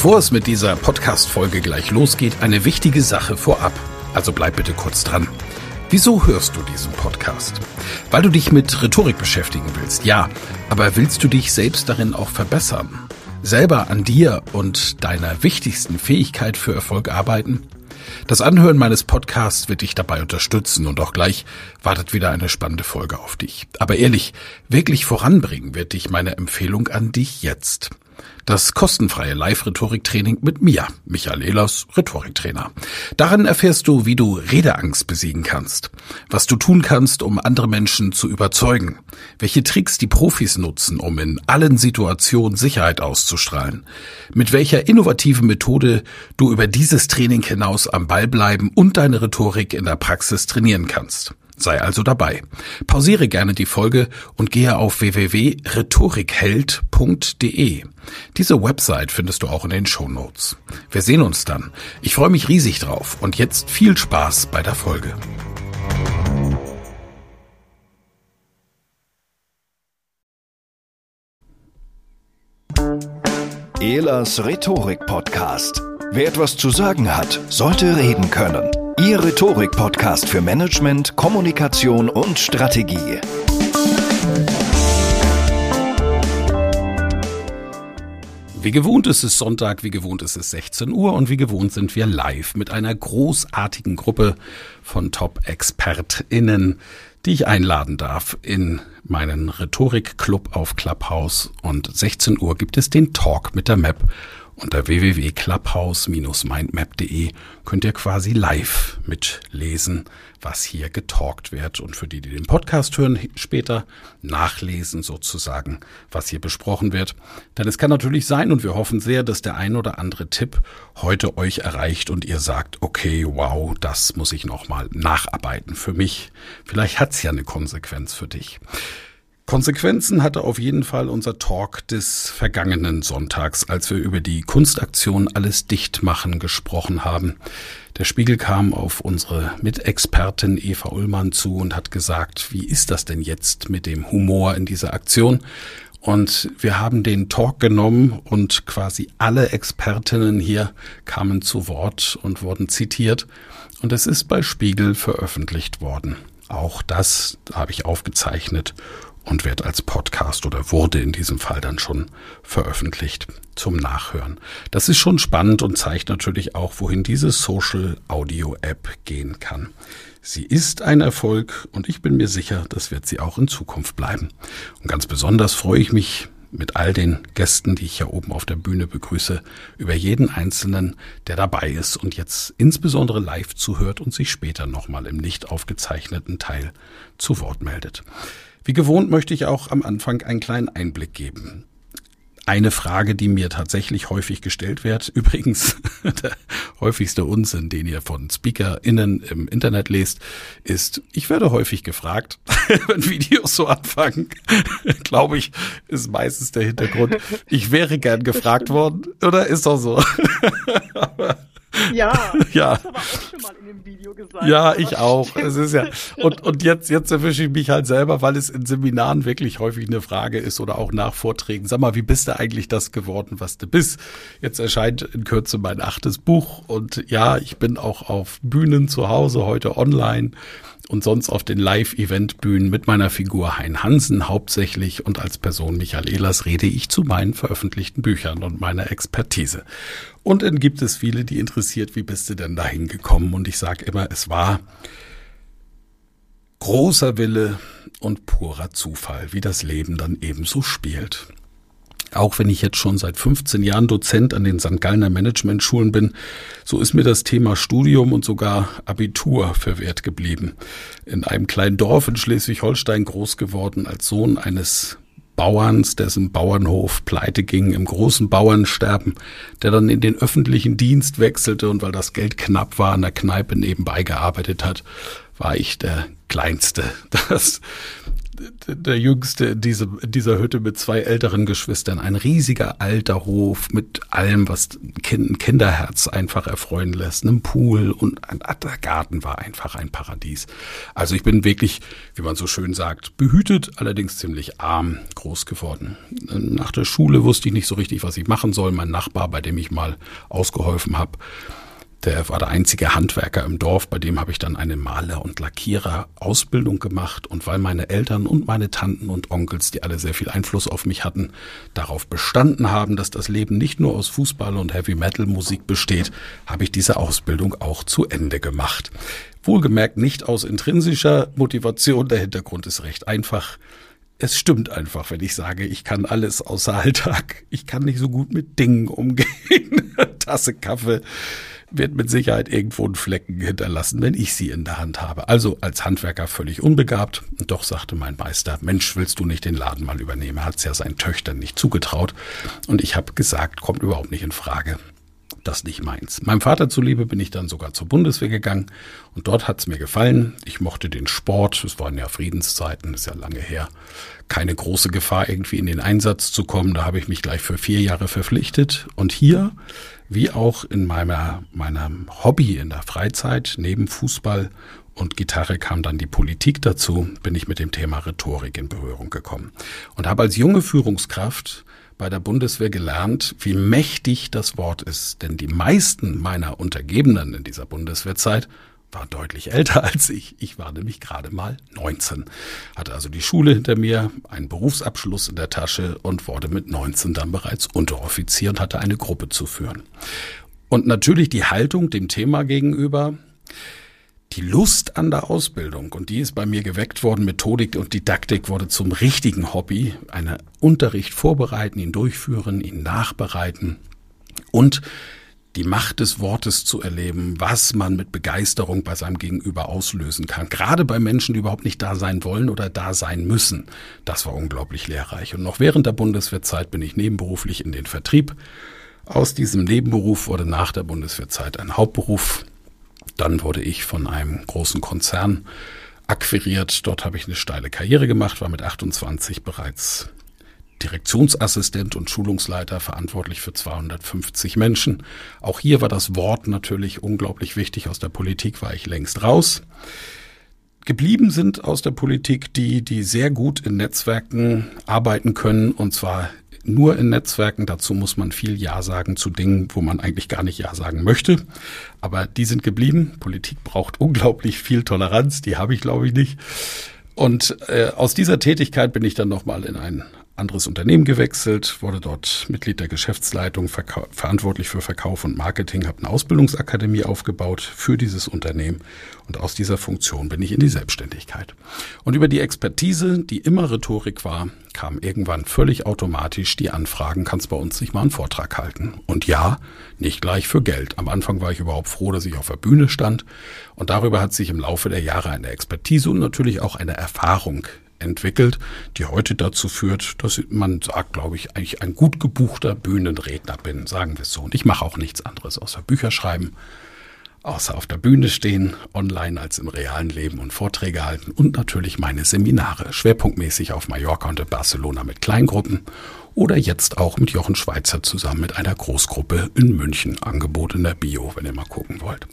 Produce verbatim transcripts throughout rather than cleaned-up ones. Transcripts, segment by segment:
Bevor es mit dieser Podcast-Folge gleich losgeht, eine wichtige Sache vorab. Also bleib bitte kurz dran. Wieso hörst du diesen Podcast? Weil du dich mit Rhetorik beschäftigen willst, ja. Aber willst du dich selbst darin auch verbessern? Selber an dir und deiner wichtigsten Fähigkeit für Erfolg arbeiten? Das Anhören meines Podcasts wird dich dabei unterstützen und auch gleich wartet wieder eine spannende Folge auf dich. Aber ehrlich, wirklich voranbringen wird dich meine Empfehlung an dich jetzt. Das kostenfreie Live-Rhetorik-Training mit mir, Michael Ehlers, Rhetoriktrainer. Darin erfährst du, wie du Redeangst besiegen kannst, was du tun kannst, um andere Menschen zu überzeugen, welche Tricks die Profis nutzen, um in allen Situationen Sicherheit auszustrahlen, mit welcher innovativen Methode du über dieses Training hinaus am Ball bleiben und deine Rhetorik in der Praxis trainieren kannst. Sei also dabei. Pausiere gerne die Folge und gehe auf w w w punkt rhetorikheld punkt d e. Diese Website findest du auch in den Shownotes. Wir sehen uns dann. Ich freue mich riesig drauf und jetzt viel Spaß bei der Folge. Ehlers Rhetorik-Podcast. Wer etwas zu sagen hat, sollte reden können. Ihr Rhetorik-Podcast für Management, Kommunikation und Strategie. Wie gewohnt ist es Sonntag, wie gewohnt ist es sechzehn Uhr und wie gewohnt sind wir live mit einer großartigen Gruppe von Top-ExpertInnen, die ich einladen darf in meinen Rhetorik-Club auf Clubhouse. Und sechzehn Uhr gibt es den Talk mit der Map. Unter w w w punkt clubhouse Bindestrich mindmap punkt d e könnt ihr quasi live mitlesen, was hier getalkt wird. Und für die, die den Podcast hören, später nachlesen sozusagen, was hier besprochen wird. Denn es kann natürlich sein, und wir hoffen sehr, dass der ein oder andere Tipp heute euch erreicht und ihr sagt, okay, wow, das muss ich nochmal nacharbeiten für mich. Vielleicht hat's ja eine Konsequenz für dich. Konsequenzen hatte auf jeden Fall unser Talk des vergangenen Sonntags, als wir über die Kunstaktion Alles dicht machen gesprochen haben. Der Spiegel kam auf unsere Mitexpertin Eva Ullmann zu und hat gesagt, wie ist das denn jetzt mit dem Humor in dieser Aktion? Und wir haben den Talk genommen und quasi alle Expertinnen hier kamen zu Wort und wurden zitiert. Und es ist bei Spiegel veröffentlicht worden. Auch das habe ich aufgezeichnet und wird als Podcast oder wurde in diesem Fall dann schon veröffentlicht zum Nachhören. Das ist schon spannend und zeigt natürlich auch, wohin diese Social-Audio-App gehen kann. Sie ist ein Erfolg und ich bin mir sicher, das wird sie auch in Zukunft bleiben. Und ganz besonders freue ich mich mit all den Gästen, die ich hier oben auf der Bühne begrüße, über jeden Einzelnen, der dabei ist und jetzt insbesondere live zuhört und sich später nochmal im nicht aufgezeichneten Teil zu Wort meldet. Wie gewohnt möchte ich auch am Anfang einen kleinen Einblick geben. Eine Frage, die mir tatsächlich häufig gestellt wird, übrigens der häufigste Unsinn, den ihr von SpeakerInnen im Internet lest, ist, ich werde häufig gefragt, wenn Videos so anfangen, glaube ich, ist meistens der Hintergrund, ich wäre gern gefragt worden, oder ist doch so? Ja, ja. das hast du aber auch schon mal in dem Video gesagt. Ja, ich auch. Es ist ja und und jetzt jetzt erwische ich mich halt selber, weil es in Seminaren wirklich häufig eine Frage ist oder auch nach Vorträgen. Sag mal, wie bist du eigentlich das geworden, was du bist? Jetzt erscheint in Kürze mein achtes Buch und ja, ich bin auch auf Bühnen zu Hause, heute online und sonst auf den Live-Event-Bühnen mit meiner Figur Hein Hansen hauptsächlich und als Person Michael Ehlers rede ich zu meinen veröffentlichten Büchern und meiner Expertise. Und dann gibt es viele, die interessiert, wie bist du denn dahin gekommen? Und ich sage immer, es war großer Wille und purer Zufall, wie das Leben dann ebenso spielt. Auch wenn ich jetzt schon seit fünfzehn Jahren Dozent an den Sankt Gallner Managementschulen bin, so ist mir das Thema Studium und sogar Abitur verwehrt geblieben. In einem kleinen Dorf in Schleswig-Holstein groß geworden als Sohn eines Bauerns, dessen Bauernhof pleite ging, im großen Bauernsterben, der dann in den öffentlichen Dienst wechselte und weil das Geld knapp war, an der Kneipe nebenbei gearbeitet hat, war ich der Kleinste. Das der Jüngste in diesem, in dieser Hütte mit zwei älteren Geschwistern. Ein riesiger alter Hof mit allem, was ein Kinderherz einfach erfreuen lässt. Einem Pool und ein, der Garten war einfach ein Paradies. Also ich bin wirklich, wie man so schön sagt, behütet, allerdings ziemlich arm groß geworden. Nach der Schule wusste ich nicht so richtig, was ich machen soll. Mein Nachbar, bei dem ich mal ausgeholfen habe, der war der einzige Handwerker im Dorf, bei dem habe ich dann eine Maler- und Lackierer-Ausbildung gemacht. Und weil meine Eltern und meine Tanten und Onkels, die alle sehr viel Einfluss auf mich hatten, darauf bestanden haben, dass das Leben nicht nur aus Fußball und Heavy-Metal-Musik besteht, habe ich diese Ausbildung auch zu Ende gemacht. Wohlgemerkt nicht aus intrinsischer Motivation, der Hintergrund ist recht einfach. Es stimmt einfach, wenn ich sage, ich kann alles außer Alltag. Ich kann nicht so gut mit Dingen umgehen. Tasse Kaffee wird mit Sicherheit irgendwo einen Flecken hinterlassen, wenn ich sie in der Hand habe. Also als Handwerker völlig unbegabt. Und doch sagte mein Meister, Mensch, willst du nicht den Laden mal übernehmen? Er hat es ja seinen Töchtern nicht zugetraut. Und ich habe gesagt, kommt überhaupt nicht in Frage. Das nicht meins. Meinem Vater zuliebe bin ich dann sogar zur Bundeswehr gegangen. Und dort hat es mir gefallen. Ich mochte den Sport. Es waren ja Friedenszeiten, ist ja lange her. Keine große Gefahr, irgendwie in den Einsatz zu kommen. Da habe ich mich gleich für vier Jahre verpflichtet. Und hier, wie auch in meiner, meinem Hobby in der Freizeit, neben Fußball und Gitarre kam dann die Politik dazu, bin ich mit dem Thema Rhetorik in Berührung gekommen. Und habe als junge Führungskraft bei der Bundeswehr gelernt, wie mächtig das Wort ist. Denn die meisten meiner Untergebenen in dieser Bundeswehrzeit waren deutlich älter als ich. Ich war nämlich gerade mal neunzehn. Hatte also die Schule hinter mir, einen Berufsabschluss in der Tasche und wurde mit neunzehn dann bereits Unteroffizier und hatte eine Gruppe zu führen. Und natürlich die Haltung dem Thema gegenüber, die Lust an der Ausbildung, und die ist bei mir geweckt worden. Methodik und Didaktik wurde zum richtigen Hobby. Einen Unterricht vorbereiten, ihn durchführen, ihn nachbereiten und die Macht des Wortes zu erleben, was man mit Begeisterung bei seinem Gegenüber auslösen kann. Gerade bei Menschen, die überhaupt nicht da sein wollen oder da sein müssen. Das war unglaublich lehrreich. Und noch während der Bundeswehrzeit bin ich nebenberuflich in den Vertrieb. Aus diesem Nebenberuf wurde nach der Bundeswehrzeit ein Hauptberuf. Dann wurde ich von einem großen Konzern akquiriert. Dort habe ich eine steile Karriere gemacht, war mit achtundzwanzig bereits Direktionsassistent und Schulungsleiter, verantwortlich für zweihundertfünfzig Menschen. Auch hier war das Wort natürlich unglaublich wichtig. Aus der Politik war ich längst raus. Geblieben sind aus der Politik die, die sehr gut in Netzwerken arbeiten können, und zwar nur in Netzwerken. Dazu muss man viel Ja sagen zu Dingen, wo man eigentlich gar nicht Ja sagen möchte. Aber die sind geblieben. Politik braucht unglaublich viel Toleranz. Die habe ich, glaube ich, nicht. Und äh, aus dieser Tätigkeit bin ich dann nochmal in ein anderes Unternehmen gewechselt, wurde dort Mitglied der Geschäftsleitung, verkau- verantwortlich für Verkauf und Marketing, habe eine Ausbildungsakademie aufgebaut für dieses Unternehmen, und aus dieser Funktion bin ich in die Selbstständigkeit. Und über die Expertise, die immer Rhetorik war, kamen irgendwann völlig automatisch die Anfragen, kannst bei uns nicht mal einen Vortrag halten? Und ja, nicht gleich für Geld. Am Anfang war ich überhaupt froh, dass ich auf der Bühne stand, und darüber hat sich im Laufe der Jahre eine Expertise und natürlich auch eine Erfahrung entwickelt, die heute dazu führt, dass man sagt, glaube ich, eigentlich ein gut gebuchter Bühnenredner bin, sagen wir es so. Und ich mache auch nichts anderes außer Bücher schreiben, außer auf der Bühne stehen, online als im realen Leben und Vorträge halten und natürlich meine Seminare, schwerpunktmäßig auf Mallorca und in Barcelona mit Kleingruppen oder jetzt auch mit Jochen Schweizer zusammen mit einer Großgruppe in München, Angebot in der Bio, wenn ihr mal gucken wollt.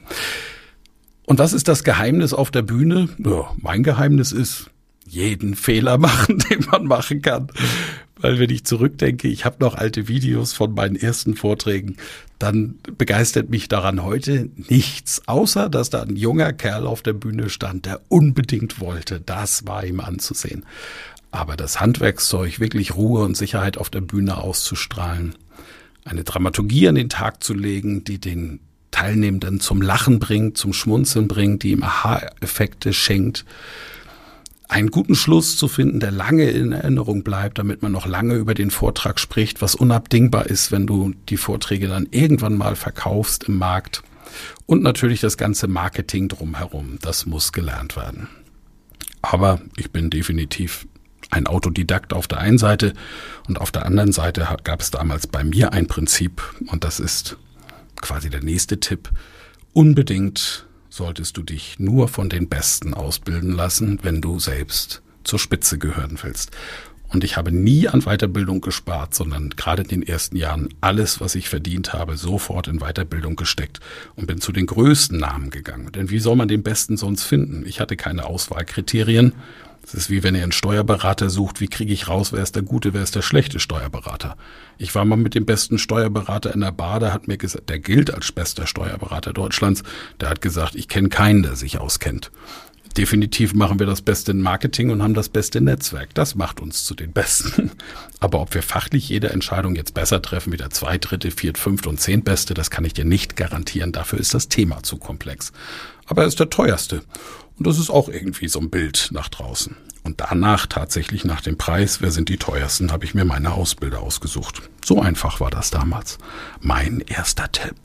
Und was ist das Geheimnis auf der Bühne? Ja, mein Geheimnis ist, jeden Fehler machen, den man machen kann. Weil wenn ich zurückdenke, ich habe noch alte Videos von meinen ersten Vorträgen, dann begeistert mich daran heute nichts, außer dass da ein junger Kerl auf der Bühne stand, der unbedingt wollte. Das war ihm anzusehen. Aber das Handwerkszeug, wirklich Ruhe und Sicherheit auf der Bühne auszustrahlen, eine Dramaturgie an den Tag zu legen, die den Teilnehmenden zum Lachen bringt, zum Schmunzeln bringt, die ihm Aha-Effekte schenkt, einen guten Schluss zu finden, der lange in Erinnerung bleibt, damit man noch lange über den Vortrag spricht, was unabdingbar ist, wenn du die Vorträge dann irgendwann mal verkaufst im Markt. Und natürlich das ganze Marketing drumherum, das muss gelernt werden. Aber ich bin definitiv ein Autodidakt auf der einen Seite, und auf der anderen Seite gab es damals bei mir ein Prinzip, und das ist quasi der nächste Tipp: Unbedingt solltest du dich nur von den Besten ausbilden lassen, wenn du selbst zur Spitze gehören willst. Und ich habe nie an Weiterbildung gespart, sondern gerade in den ersten Jahren alles, was ich verdient habe, sofort in Weiterbildung gesteckt und bin zu den größten Namen gegangen. Denn wie soll man den Besten sonst finden? Ich hatte keine Auswahlkriterien. Es ist wie wenn ihr einen Steuerberater sucht, wie kriege ich raus, wer ist der gute, wer ist der schlechte Steuerberater? Ich war mal mit dem besten Steuerberater in der Bar, der hat mir gesagt, der gilt als bester Steuerberater Deutschlands, der hat gesagt, ich kenne keinen, der sich auskennt. Definitiv machen wir das Beste in Marketing und haben das beste Netzwerk. Das macht uns zu den Besten. Aber ob wir fachlich jede Entscheidung jetzt besser treffen wie der Zweit-, Dritte-, Viert-, Fünft- und Zehntbeste, das kann ich dir nicht garantieren. Dafür ist das Thema zu komplex. Aber er ist der teuerste. Und das ist auch irgendwie so ein Bild nach draußen. Und danach, tatsächlich nach dem Preis, wer sind die teuersten, habe ich mir meine Ausbilder ausgesucht. So einfach war das damals. Mein erster Tipp.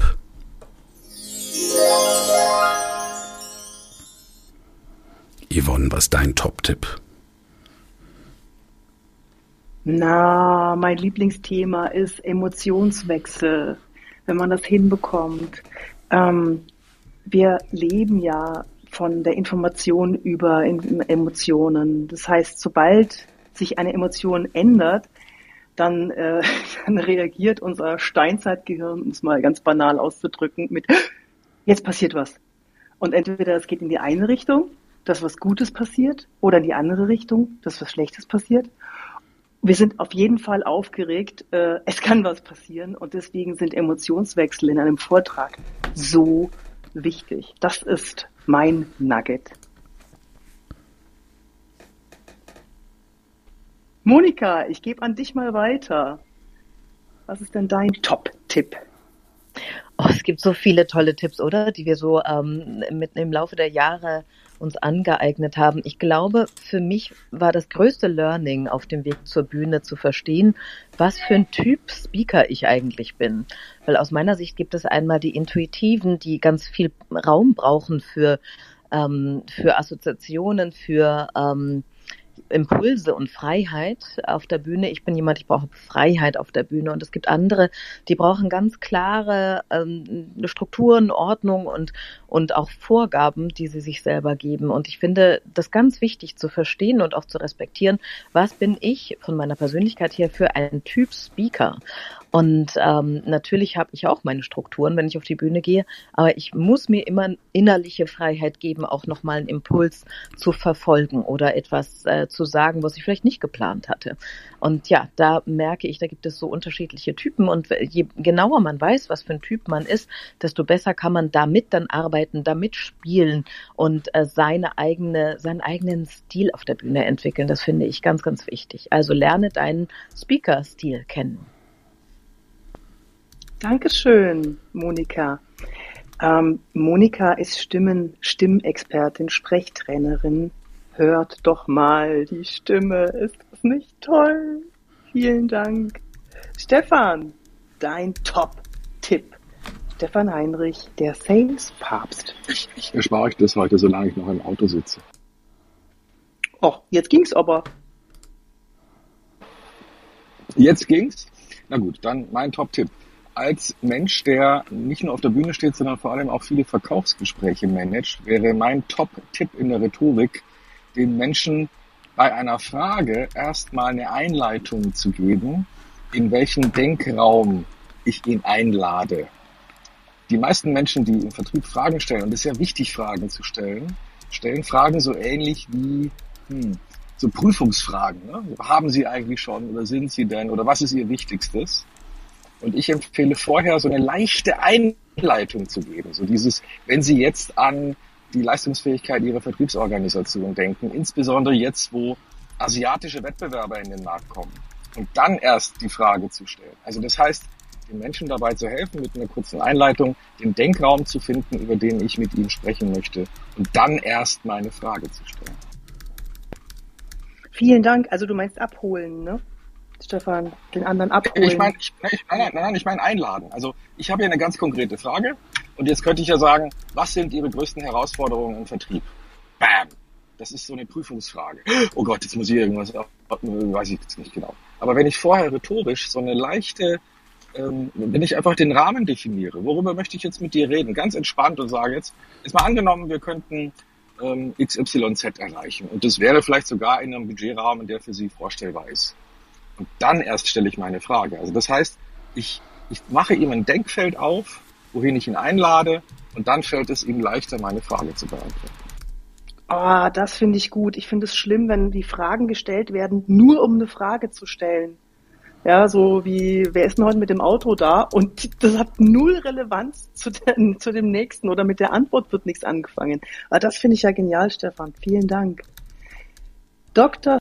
Yvonne, was ist dein Top-Tipp? Na, mein Lieblingsthema ist Emotionswechsel, wenn man das hinbekommt. Ähm, wir leben ja von der Information über Emotionen. Das heißt, sobald sich eine Emotion ändert, dann, äh, dann reagiert unser Steinzeitgehirn, um es mal ganz banal auszudrücken, mit jetzt passiert was. Und entweder es geht in die eine Richtung, dass was Gutes passiert, oder in die andere Richtung, dass was Schlechtes passiert. Wir sind auf jeden Fall aufgeregt, äh, es kann was passieren und deswegen sind Emotionswechsel in einem Vortrag so wichtig. Das ist mein Nugget. Monika, ich gebe an dich mal weiter. Was ist denn dein Top-Tipp? Oh, es gibt so viele tolle Tipps, oder? Die wir so ähm, mit im Laufe der Jahre uns angeeignet haben. Ich glaube, für mich war das größte Learning auf dem Weg zur Bühne zu verstehen, was für ein Typ Speaker ich eigentlich bin. Weil aus meiner Sicht gibt es einmal die Intuitiven, die ganz viel Raum brauchen für, ähm, für Assoziationen, für ähm, Impulse und Freiheit auf der Bühne. Ich bin jemand, ich brauche Freiheit auf der Bühne und es gibt andere, die brauchen ganz klare ähm, Strukturen, Ordnung und und auch Vorgaben, die sie sich selber geben. Und ich finde das ganz wichtig zu verstehen und auch zu respektieren, was bin ich von meiner Persönlichkeit her für ein Typ Speaker. Und ähm, natürlich habe ich auch meine Strukturen, wenn ich auf die Bühne gehe, aber ich muss mir immer innerliche Freiheit geben, auch nochmal einen Impuls zu verfolgen oder etwas äh, zu sagen, was ich vielleicht nicht geplant hatte. Und ja, da merke ich, da gibt es so unterschiedliche Typen und je genauer man weiß, was für ein Typ man ist, desto besser kann man damit dann arbeiten, damit spielen und äh, seine eigene, seinen eigenen Stil auf der Bühne entwickeln. Das finde ich ganz, ganz wichtig. Also lerne deinen Speaker-Stil kennen. Dankeschön, Monika. Ähm, Monika ist Stimmen, Stimmexpertin, Sprechtrainerin. Hört doch mal die Stimme. Ist das nicht toll? Vielen Dank. Stefan, dein Top-Tipp. Stefan Heinrich, der Sales-Papst. Ich, ich erspare euch das heute, solange ich noch im Auto sitze. Och, jetzt ging's aber. Jetzt ging's? Na gut, dann mein Top-Tipp. Als Mensch, der nicht nur auf der Bühne steht, sondern vor allem auch viele Verkaufsgespräche managt, wäre mein Top-Tipp in der Rhetorik, den Menschen bei einer Frage erstmal eine Einleitung zu geben, in welchen Denkraum ich ihn einlade. Die meisten Menschen, die im Vertrieb Fragen stellen, und es ist ja wichtig, Fragen zu stellen, stellen Fragen so ähnlich wie hm, so Prüfungsfragen. Ne? Haben Sie eigentlich schon oder sind Sie denn oder was ist Ihr Wichtigstes? Und ich empfehle vorher so eine leichte Einleitung zu geben. So dieses, wenn Sie jetzt an die Leistungsfähigkeit Ihrer Vertriebsorganisation denken, insbesondere jetzt, wo asiatische Wettbewerber in den Markt kommen, und dann erst die Frage zu stellen. Also das heißt, den Menschen dabei zu helfen, mit einer kurzen Einleitung den Denkraum zu finden, über den ich mit ihnen sprechen möchte, und dann erst meine Frage zu stellen. Vielen Dank. Also du meinst abholen, ne? Stefan, den anderen abholen. Ich meine, ich, ich, nein, nein, nein, ich meine einladen. Also ich habe hier eine ganz konkrete Frage und jetzt könnte ich ja sagen, was sind Ihre größten Herausforderungen im Vertrieb? Bam! Das ist so eine Prüfungsfrage. Oh Gott, jetzt muss ich irgendwas, weiß ich jetzt nicht genau. Aber wenn ich vorher rhetorisch so eine leichte, ähm, wenn ich einfach den Rahmen definiere, worüber möchte ich jetzt mit dir reden, ganz entspannt und sage jetzt, ist mal angenommen, wir könnten ähm, X Y Z erreichen. Und das wäre vielleicht sogar in einem Budgetrahmen, der für Sie vorstellbar ist. Und dann erst stelle ich meine Frage. Also das heißt, ich, ich mache ihm ein Denkfeld auf, wohin ich ihn einlade, und dann fällt es ihm leichter, meine Frage zu beantworten. Ah, das finde ich gut. Ich finde es schlimm, wenn die Fragen gestellt werden, nur um eine Frage zu stellen. Ja, so wie, wer ist denn heute mit dem Auto da? Und das hat null Relevanz zu, den, zu dem nächsten oder mit der Antwort wird nichts angefangen. Aber das finde ich ja genial, Stefan. Vielen Dank. Doktor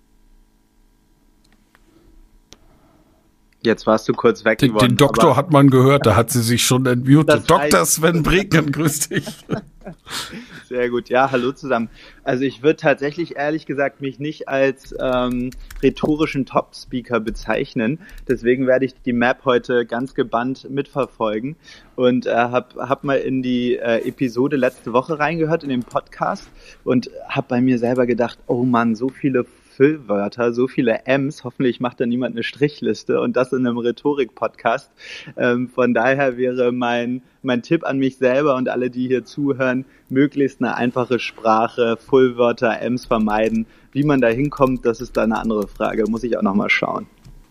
Jetzt warst du kurz weg Den, geworden. den Doktor hat man gehört, da hat sie sich schon entmutet. Das heißt- Doktor Sven Bregnen, grüß dich. Sehr gut, ja, hallo zusammen. Also ich würde tatsächlich ehrlich gesagt mich nicht als ähm, rhetorischen Top-Speaker bezeichnen. Deswegen werde ich die Map heute ganz gebannt mitverfolgen und äh, habe hab mal in die äh, Episode letzte Woche reingehört, in den Podcast, und habe bei mir selber gedacht, oh Mann, so viele Füllwörter, so viele M's, hoffentlich macht da niemand eine Strichliste, und das in einem Rhetorik-Podcast. Ähm, von daher wäre mein mein Tipp an mich selber und alle, die hier zuhören, möglichst eine einfache Sprache, Füllwörter, M's vermeiden. Wie man da hinkommt, das ist dann eine andere Frage, muss ich auch nochmal schauen.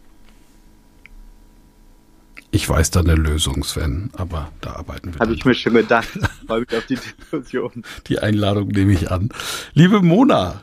Ich weiß da eine Lösung, Sven, aber da arbeiten wir. Habe ich mir schon gedacht. Freue mich auf die Diskussion. Die Einladung nehme ich an. Liebe Mona.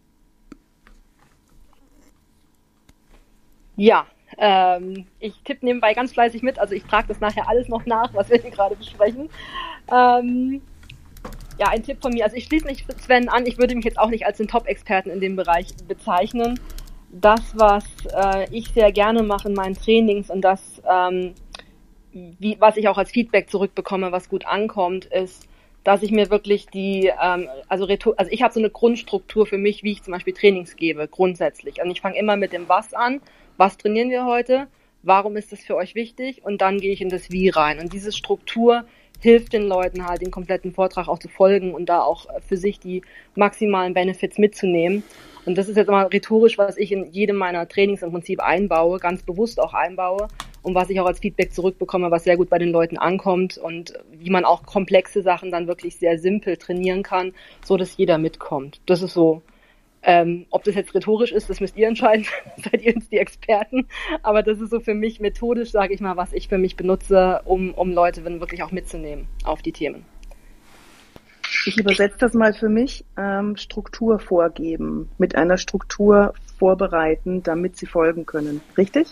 Ja, ähm, ich tippe nebenbei ganz fleißig mit, also ich trage das nachher alles noch nach, was wir hier gerade besprechen. Ähm, ja, ein Tipp von mir, also ich schließe mich Sven an, ich würde mich jetzt auch nicht als den Top-Experten in dem Bereich bezeichnen. Das, was äh, ich sehr gerne mache in meinen Trainings und das, ähm, wie, was ich auch als Feedback zurückbekomme, was gut ankommt, ist, dass ich mir wirklich die, ähm, also, also ich habe so eine Grundstruktur für mich, wie ich zum Beispiel Trainings gebe, grundsätzlich. Und ich fange immer mit dem Was an. Was trainieren wir heute? Warum ist das für euch wichtig? Und dann gehe ich in das Wie rein. Und diese Struktur hilft den Leuten halt, den kompletten Vortrag auch zu folgen und da auch für sich die maximalen Benefits mitzunehmen. Und das ist jetzt mal rhetorisch, was ich in jedem meiner Trainings im Prinzip einbaue, ganz bewusst auch einbaue und was ich auch als Feedback zurückbekomme, was sehr gut bei den Leuten ankommt und wie man auch komplexe Sachen dann wirklich sehr simpel trainieren kann, so dass jeder mitkommt. Das ist so. Ähm, ob das jetzt rhetorisch ist, das müsst ihr entscheiden, seid ihr jetzt die Experten, aber das ist so für mich methodisch, sage ich mal, was ich für mich benutze, um, um Leute wirklich auch mitzunehmen auf die Themen. Ich übersetze das mal für mich, ähm, Struktur vorgeben, mit einer Struktur vorbereiten, damit sie folgen können. Richtig?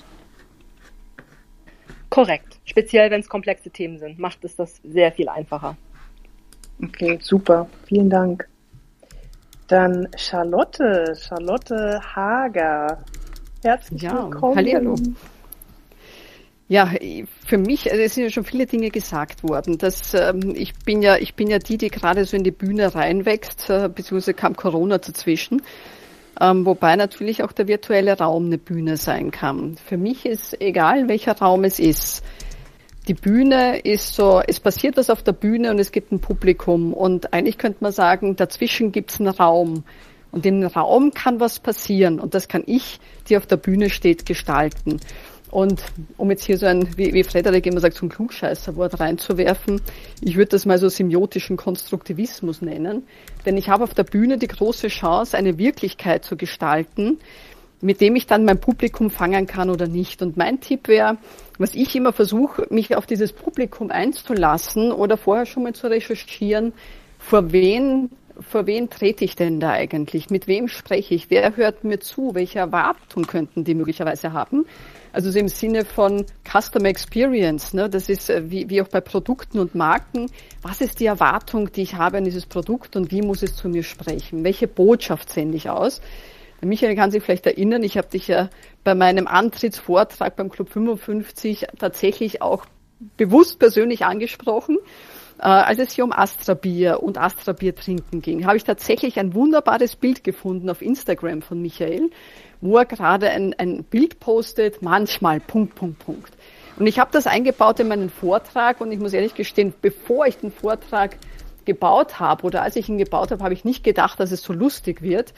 Korrekt. Speziell, wenn es komplexe Themen sind, macht es das sehr viel einfacher. Okay, super. Vielen Dank. Dann Charlotte, Charlotte Hager. Herzlich ja, willkommen. Hallihallo. Ja, für mich, also es sind ja schon viele Dinge gesagt worden. Das, ähm, ich bin ja, ich bin ja die, die gerade so in die Bühne reinwächst, äh, beziehungsweise kam Corona dazwischen. Ähm, wobei natürlich auch der virtuelle Raum eine Bühne sein kann. Für mich ist egal, welcher Raum es ist. Die Bühne ist so, es passiert was auf der Bühne und es gibt ein Publikum. Und eigentlich könnte man sagen, dazwischen gibt es einen Raum. Und in dem Raum kann was passieren. Und das kann ich, die auf der Bühne steht, gestalten. Und um jetzt hier so ein, wie, wie Frederik immer sagt, so ein Klugscheißerwort reinzuwerfen, ich würde das mal so semiotischen Konstruktivismus nennen. Denn ich habe auf der Bühne die große Chance, eine Wirklichkeit zu gestalten, mit dem ich dann mein Publikum fangen kann oder nicht. Und mein Tipp wäre, was ich immer versuche, mich auf dieses Publikum einzulassen oder vorher schon mal zu recherchieren, vor wen, vor wen trete ich denn da eigentlich? Mit wem spreche ich? Wer hört mir zu? Welche Erwartungen könnten die möglicherweise haben? Also so im Sinne von Customer Experience, ne? Das ist wie, wie auch bei Produkten und Marken. Was ist die Erwartung, die ich habe an dieses Produkt und wie muss es zu mir sprechen? Welche Botschaft sende ich aus? Michael kann sich vielleicht erinnern, ich habe dich ja bei meinem Antrittsvortrag beim Club fünfundfünfzig tatsächlich auch bewusst persönlich angesprochen. Äh, als es hier um Astra-Bier und Astra-Bier trinken ging, habe ich tatsächlich ein wunderbares Bild gefunden auf Instagram von Michael, wo er gerade ein, ein Bild postet, manchmal, Punkt, Punkt, Punkt. Und ich habe das eingebaut in meinen Vortrag und ich muss ehrlich gestehen, bevor ich den Vortrag gebaut habe oder als ich ihn gebaut habe, habe ich nicht gedacht, dass es so lustig wird.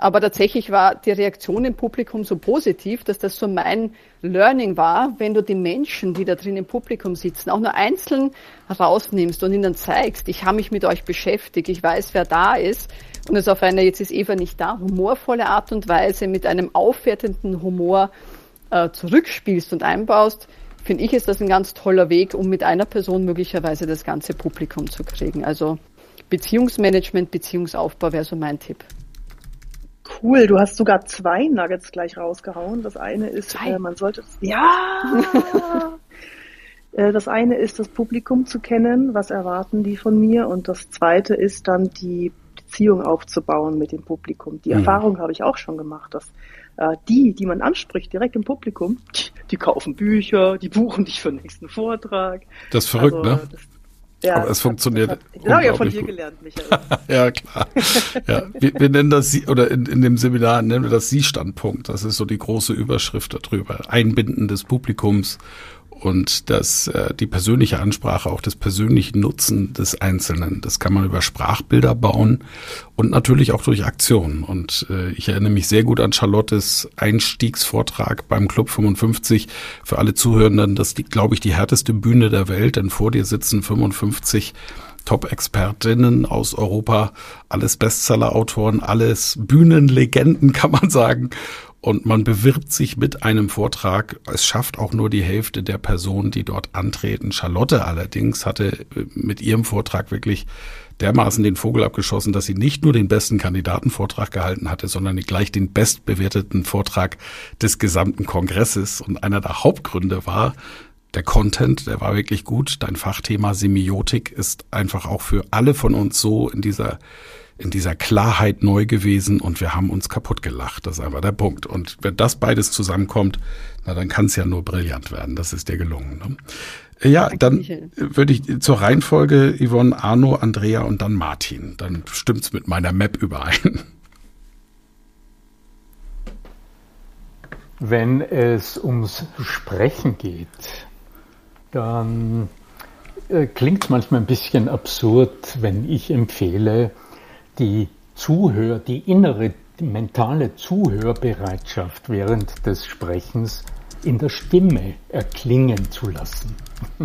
Aber tatsächlich war die Reaktion im Publikum so positiv, dass das so mein Learning war, wenn du die Menschen, die da drin im Publikum sitzen, auch nur einzeln rausnimmst und ihnen zeigst, ich habe mich mit euch beschäftigt, ich weiß, wer da ist, und es auf eine, jetzt ist Eva nicht da, humorvolle Art und Weise mit einem aufwertenden Humor äh, zurückspielst und einbaust, finde ich, ist das ein ganz toller Weg, um mit einer Person möglicherweise das ganze Publikum zu kriegen. Also Beziehungsmanagement, Beziehungsaufbau wäre so mein Tipp. Cool, du hast sogar zwei Nuggets gleich rausgehauen. Das eine ist, äh, man sollte, ja, äh, das eine ist, das Publikum zu kennen, was erwarten die von mir, und das zweite ist dann die Beziehung aufzubauen mit dem Publikum. Die mhm. Erfahrung habe ich auch schon gemacht, dass äh, die, die man anspricht, direkt im Publikum, die, die kaufen Bücher, die buchen dich für den nächsten Vortrag. Das ist verrückt, also, ne? Das, ja, aber es funktioniert. Hat, ich habe ja von dir gut. gelernt, Michael. Ja, klar. Ja, wir, wir nennen das, oder in, in dem Seminar nennen wir das Sie-Standpunkt. Das ist so die große Überschrift darüber. Einbinden des Publikums und das, äh, die persönliche Ansprache, auch das persönliche Nutzen des Einzelnen. Das kann man über Sprachbilder bauen und natürlich auch durch Aktionen. Und äh, ich erinnere mich sehr gut an Charlottes Einstiegsvortrag beim Club fünfundfünfzig. Für alle Zuhörenden, das ist, glaube ich, die härteste Bühne der Welt, denn vor dir sitzen fünfundfünfzig Top-Expertinnen aus Europa, alles Bestseller-Autoren, alles Bühnenlegenden, kann man sagen. Und man bewirbt sich mit einem Vortrag. Es schafft auch nur die Hälfte der Personen, die dort antreten. Charlotte allerdings hatte mit ihrem Vortrag wirklich dermaßen den Vogel abgeschossen, dass sie nicht nur den besten Kandidatenvortrag gehalten hatte, sondern gleich den bestbewerteten Vortrag des gesamten Kongresses. Und einer der Hauptgründe war, der Content, der war wirklich gut. Dein Fachthema Semiotik ist einfach auch für alle von uns so in dieser in dieser Klarheit neu gewesen, und wir haben uns kaputt gelacht. Das ist einfach der Punkt. Und wenn das beides zusammenkommt, na, dann kann es ja nur brillant werden. Das ist dir gelungen. Ne? Ja, dann würde ich zur Reihenfolge Yvonne, Arno, Andrea und dann Martin. Dann stimmt's mit meiner Map überein. Wenn es ums Sprechen geht, dann äh, klingt es manchmal ein bisschen absurd, wenn ich empfehle, die Zuhör, die innere, die mentale Zuhörbereitschaft während des Sprechens in der Stimme erklingen zu lassen.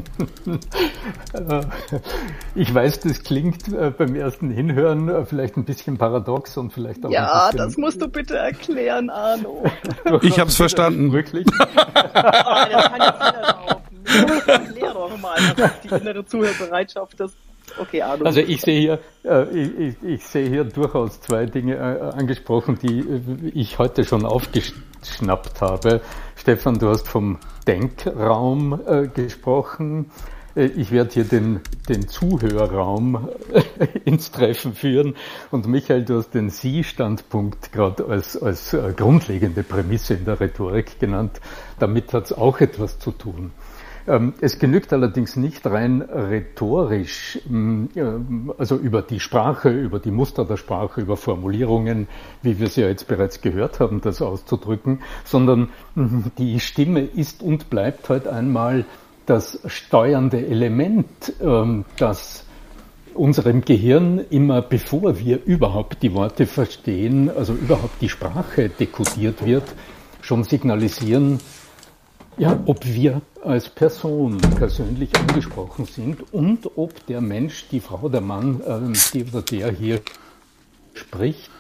Ich weiß, das klingt beim ersten Hinhören vielleicht ein bisschen paradox und vielleicht auch ja, ein bisschen... Ja, das musst du bitte erklären, Arno. Ich hab's verstanden. Wirklich? Oh, das kann jetzt jeder laufen. Erklär doch mal, was ist die innere Zuhörbereitschaft des... Okay, Arno. Also ich sehe hier, äh, ich, ich sehe hier durchaus zwei Dinge äh, angesprochen, die äh, ich heute schon aufgeschnappt habe. Stefan, du hast vom Denkraum äh, gesprochen. Äh, ich werde hier den, den Zuhörraum äh, ins Treffen führen. Und Michael, du hast den Sie-Standpunkt gerade als, als äh, grundlegende Prämisse in der Rhetorik genannt. Damit hat es auch etwas zu tun. Es genügt allerdings nicht rein rhetorisch, also über die Sprache, über die Muster der Sprache, über Formulierungen, wie wir sie ja jetzt bereits gehört haben, das auszudrücken, sondern die Stimme ist und bleibt halt einmal das steuernde Element, das unserem Gehirn immer, bevor wir überhaupt die Worte verstehen, also überhaupt die Sprache dekodiert wird, schon signalisieren, ja, ob wir als Person persönlich angesprochen sind und ob der Mensch, die Frau, der Mann, äh, die oder der hier spricht,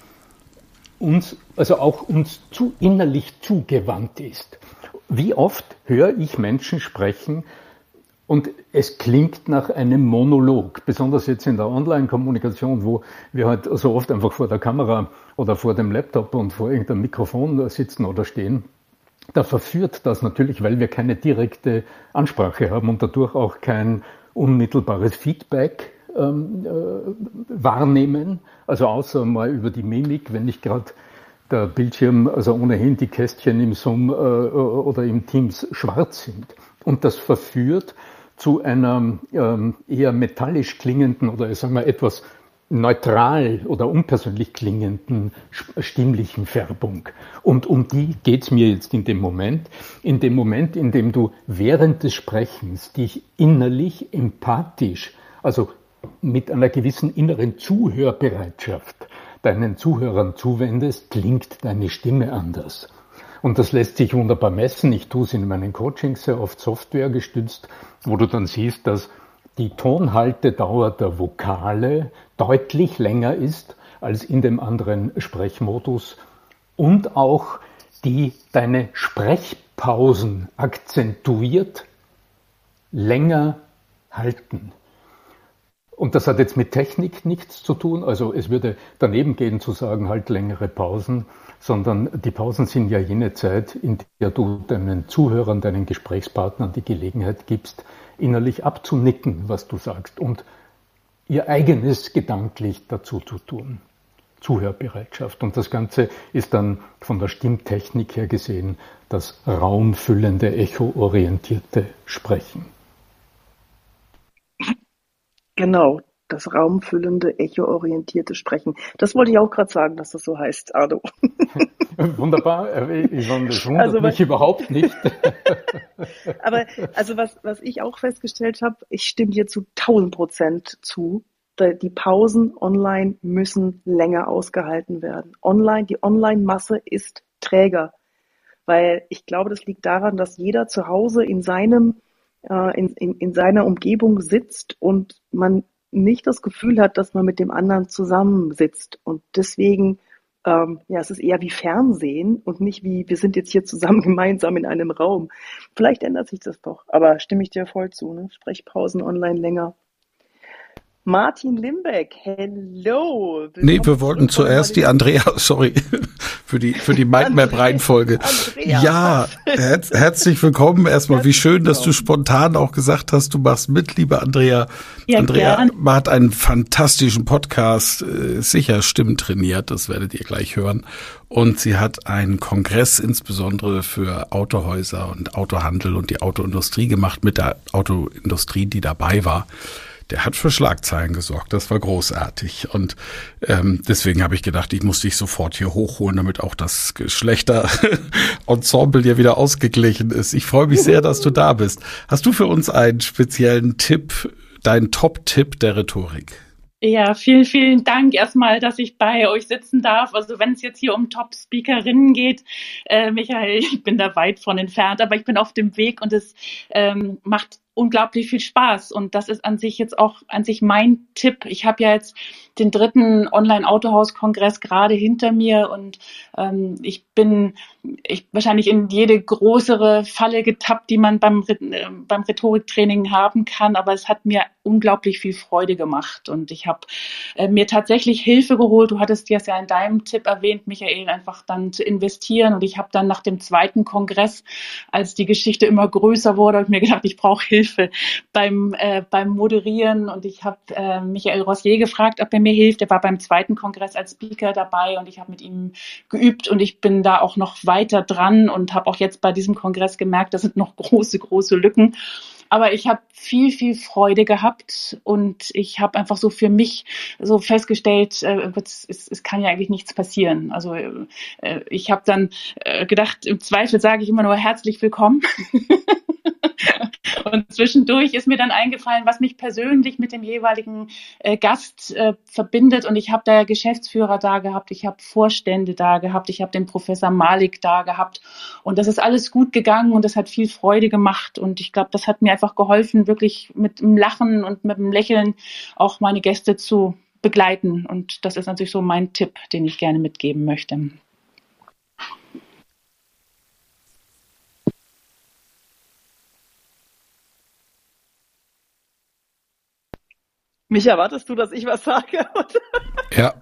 uns, also auch uns zu innerlich zugewandt ist. Wie oft höre ich Menschen sprechen und es klingt nach einem Monolog, besonders jetzt in der Online-Kommunikation, wo wir halt so oft einfach vor der Kamera oder vor dem Laptop und vor irgendeinem Mikrofon sitzen oder stehen. Da verführt das natürlich, weil wir keine direkte Ansprache haben und dadurch auch kein unmittelbares Feedback ähm, äh, wahrnehmen. Also außer mal über die Mimik, wenn nicht gerade der Bildschirm, also ohnehin die Kästchen im Zoom äh, oder im Teams schwarz sind. Und das verführt zu einer ähm, eher metallisch klingenden oder ich sage mal etwas neutral oder unpersönlich klingenden stimmlichen Färbung. Und um die geht's mir jetzt in dem Moment. In dem Moment, in dem du während des Sprechens dich innerlich empathisch, also mit einer gewissen inneren Zuhörbereitschaft deinen Zuhörern zuwendest, klingt deine Stimme anders. Und das lässt sich wunderbar messen. Ich tue es in meinen Coachings sehr oft Software gestützt, wo du dann siehst, dass die Tonhaltedauer der Vokale deutlich länger ist als in dem anderen Sprechmodus und auch die deine Sprechpausen akzentuiert länger halten. Und das hat jetzt mit Technik nichts zu tun, also es würde daneben gehen zu sagen, halt längere Pausen, sondern die Pausen sind ja jene Zeit, in der du deinen Zuhörern, deinen Gesprächspartnern die Gelegenheit gibst, innerlich abzunicken, was du sagst und ihr eigenes gedanklich dazu zu tun. Zuhörbereitschaft. Und das Ganze ist dann von der Stimmtechnik her gesehen das raumfüllende, echoorientierte Sprechen. Genau, das raumfüllende, echoorientierte Sprechen. Das wollte ich auch gerade sagen, dass das so heißt, Arno. Wunderbar, Yvonne, das wundert also, mich überhaupt nicht. Aber also was, was ich auch festgestellt habe, ich stimme dir zu tausend Prozent zu. Die Pausen online müssen länger ausgehalten werden. Online, die Online-Masse ist träger, weil ich glaube, das liegt daran, dass jeder zu Hause in seinem In, in, in seiner Umgebung sitzt und man nicht das Gefühl hat, dass man mit dem anderen zusammensitzt. Und deswegen, ähm, ja, es ist eher wie Fernsehen und nicht wie, wir sind jetzt hier zusammen gemeinsam in einem Raum. Vielleicht ändert sich das doch, aber stimme ich dir voll zu, ne? Sprechpausen online länger. Martin Limbeck, hello. Nee, wir wollten zuerst die Andrea, sorry, für die, für die Mindmap-Reihenfolge. Ja, her herzlich willkommen erstmal. Wie schön, dass du spontan auch gesagt hast, du machst mit, liebe Andrea. Ja, Andrea gern. hat einen fantastischen Podcast, äh, sicher Stimmen trainiert, das werdet ihr gleich hören. Und sie hat einen Kongress insbesondere für Autohäuser und Autohandel und die Autoindustrie gemacht mit der Autoindustrie, die dabei war. Der hat für Schlagzeilen gesorgt, das war großartig und ähm, deswegen habe ich gedacht, ich muss dich sofort hier hochholen, damit auch das Geschlechter-Ensemble hier wieder ausgeglichen ist. Ich freue mich sehr, dass du da bist. Hast du für uns einen speziellen Tipp, deinen Top-Tipp der Rhetorik? Ja, vielen, vielen Dank erstmal, dass ich bei euch sitzen darf. Also wenn es jetzt hier um Top-Speakerinnen geht, äh, Michael, ich bin da weit von entfernt, aber ich bin auf dem Weg und es ähm, macht unglaublich viel Spaß und das ist an sich jetzt auch an sich mein Tipp. Ich habe ja jetzt den dritten Online-Autohaus-Kongress gerade hinter mir und ähm, ich bin ich wahrscheinlich in jede größere Falle getappt, die man beim äh, beim Rhetoriktraining haben kann, aber es hat mir unglaublich viel Freude gemacht und ich habe äh, mir tatsächlich Hilfe geholt. Du hattest ja in deinem Tipp erwähnt, Michael, einfach dann zu investieren und ich habe dann nach dem zweiten Kongress, als die Geschichte immer größer wurde, habe ich mir gedacht, ich brauche Hilfe beim äh, beim Moderieren und ich habe äh, Michael Rossier gefragt, ob er mir hilft. Er war beim zweiten Kongress als Speaker dabei und ich habe mit ihm geübt und ich bin da auch noch weiter dran und habe auch jetzt bei diesem Kongress gemerkt, da sind noch große, große Lücken. Aber ich habe viel, viel Freude gehabt und ich habe einfach so für mich so festgestellt, äh, es, es kann ja eigentlich nichts passieren. Also äh, ich habe dann äh, gedacht, im Zweifel sage ich immer nur herzlich willkommen. Und zwischendurch ist mir dann eingefallen, was mich persönlich mit dem jeweiligen äh, Gast äh, verbindet. Und ich habe da Geschäftsführer da gehabt, ich habe Vorstände da gehabt, ich habe den Professor Malik da gehabt. Und das ist alles gut gegangen und das hat viel Freude gemacht. Und ich glaube, das hat mir einfach geholfen, wirklich mit dem Lachen und mit dem Lächeln auch meine Gäste zu begleiten. Und das ist natürlich so mein Tipp, den ich gerne mitgeben möchte. Mich erwartest du, dass ich was sage? Ja.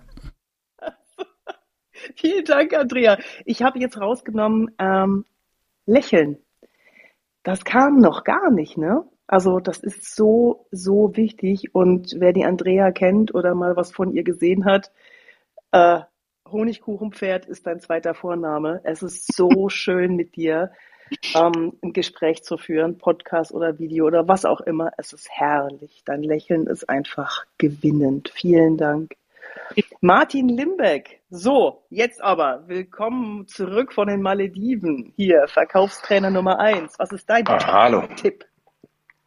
Vielen Dank, Andrea. Ich habe jetzt rausgenommen, ähm, Lächeln. Das kam noch gar nicht, ne? Also das ist so, so wichtig. Und wer die Andrea kennt oder mal was von ihr gesehen hat, äh, Honigkuchenpferd ist dein zweiter Vorname. Es ist so schön mit dir. Ähm, ein Gespräch zu führen, Podcast oder Video oder was auch immer. Es ist herrlich. Dein Lächeln ist einfach gewinnend. Vielen Dank. Martin Limbeck. So, jetzt aber willkommen zurück von den Malediven. Hier, Verkaufstrainer Nummer eins. Was ist dein ah, hallo. Tipp?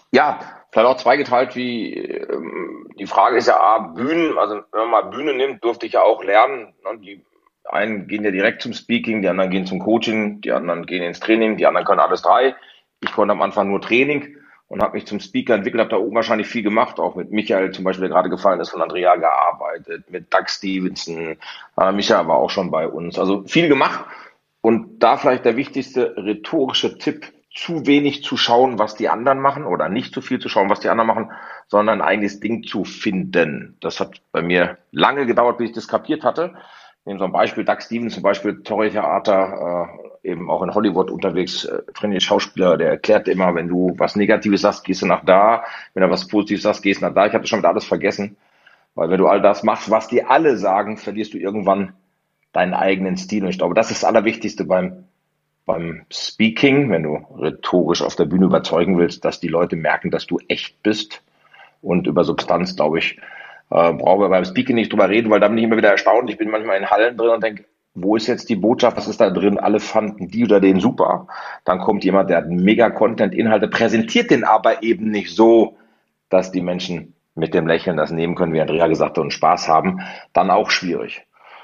Ja, vielleicht auch zweigeteilt, wie ähm, die Frage ist ja A, Bühnen, also wenn man mal Bühne nimmt, durfte ich ja auch lernen. Ne? Die einen gehen ja direkt zum Speaking, die anderen gehen zum Coaching, die anderen gehen ins Training, die anderen können alles drei. Ich konnte am Anfang nur Training und habe mich zum Speaker entwickelt, habe da oben wahrscheinlich viel gemacht, auch mit Michael zum Beispiel, der gerade gefallen ist, von Andrea gearbeitet, mit Doug Stevenson, äh, Michael war auch schon bei uns, also viel gemacht. Und da vielleicht der wichtigste rhetorische Tipp: zu wenig zu schauen, was die anderen machen, oder nicht zu viel zu schauen, was die anderen machen, sondern ein eigenes Ding zu finden. Das hat bei mir lange gedauert, bis ich das kapiert hatte. Nehmen wir so ein Beispiel, Doug Stevens, zum Beispiel Torre-Theater, äh, eben auch in Hollywood unterwegs, äh, trainiert Schauspieler, der erklärt immer, wenn du was Negatives sagst, gehst du nach da, wenn du was Positives sagst, gehst du nach da. Ich habe das schon wieder alles vergessen, weil wenn du all das machst, was die alle sagen, verlierst du irgendwann deinen eigenen Stil. Und ich glaube, das ist das Allerwichtigste beim beim Speaking, wenn du rhetorisch auf der Bühne überzeugen willst, dass die Leute merken, dass du echt bist. Und über Substanz, glaube ich, äh, brauchen wir beim Speaking nicht drüber reden, weil da bin ich immer wieder erstaunt. Ich bin manchmal in Hallen drin und denke, wo ist jetzt die Botschaft, was ist da drin? Alle fanden die oder den super. Dann kommt jemand, der hat mega Content-Inhalte, präsentiert den aber eben nicht so, dass die Menschen mit dem Lächeln das nehmen können, wie Andrea gesagt hat, und Spaß haben. Dann auch schwierig.